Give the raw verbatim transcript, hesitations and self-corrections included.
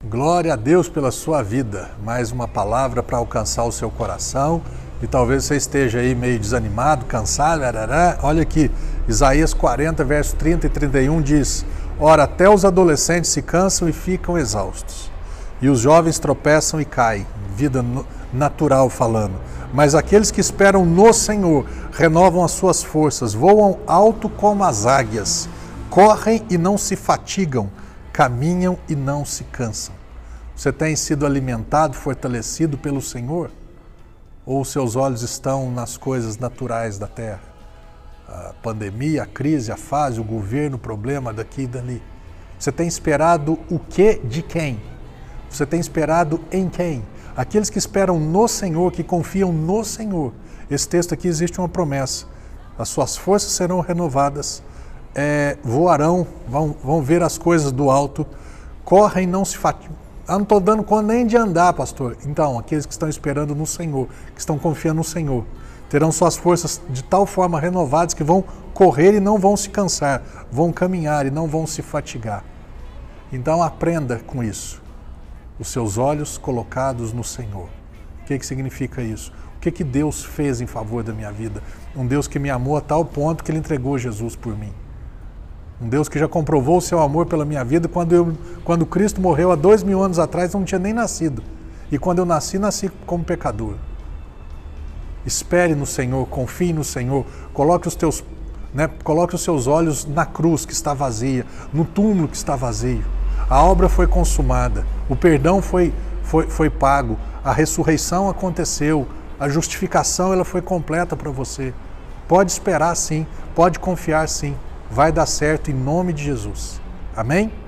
Glória a Deus pela sua vida. Mais uma palavra para alcançar o seu coração. E talvez você esteja aí meio desanimado, cansado. Arará. Olha aqui, Isaías quarenta, verso trinta e trinta e um diz: Ora, até os adolescentes se cansam e ficam exaustos, e os jovens tropeçam e caem, vida natural falando. Mas aqueles que esperam no Senhor renovam as suas forças, voam alto como as águias, correm e não se fatigam, caminham e não se cansam. Você tem sido alimentado, fortalecido pelo Senhor? Ou seus olhos estão nas coisas naturais da terra? A pandemia, a crise, a fase, o governo, o problema daqui e dali. Você tem esperado o quê de quem? Você tem esperado em quem? Aqueles que esperam no Senhor, que confiam no Senhor. Esse texto aqui existe uma promessa. As suas forças serão renovadas, é, voarão, vão, vão ver as coisas do alto, correm e não se fatigam. Ah, não estou dando conta nem de andar, pastor. Então, aqueles que estão esperando no Senhor, que estão confiando no Senhor, terão suas forças de tal forma renovadas que vão correr e não vão se cansar, vão caminhar e não vão se fatigar. Então, aprenda com isso. Os seus olhos colocados no Senhor. O que que significa isso? O que que Deus fez em favor da minha vida? Um Deus que me amou a tal ponto que Ele entregou Jesus por mim. Um Deus que já comprovou o seu amor pela minha vida quando, eu, quando Cristo morreu há dois mil anos atrás, eu não tinha nem nascido. E quando eu nasci, nasci como pecador. Espere no Senhor, confie no Senhor, coloque os, teus, né, coloque os seus olhos na cruz que está vazia, no túmulo que está vazio. A obra foi consumada, o perdão foi, foi, foi pago, a ressurreição aconteceu, a justificação ela foi completa para você. Pode esperar sim, pode confiar sim, vai dar certo em nome de Jesus. Amém?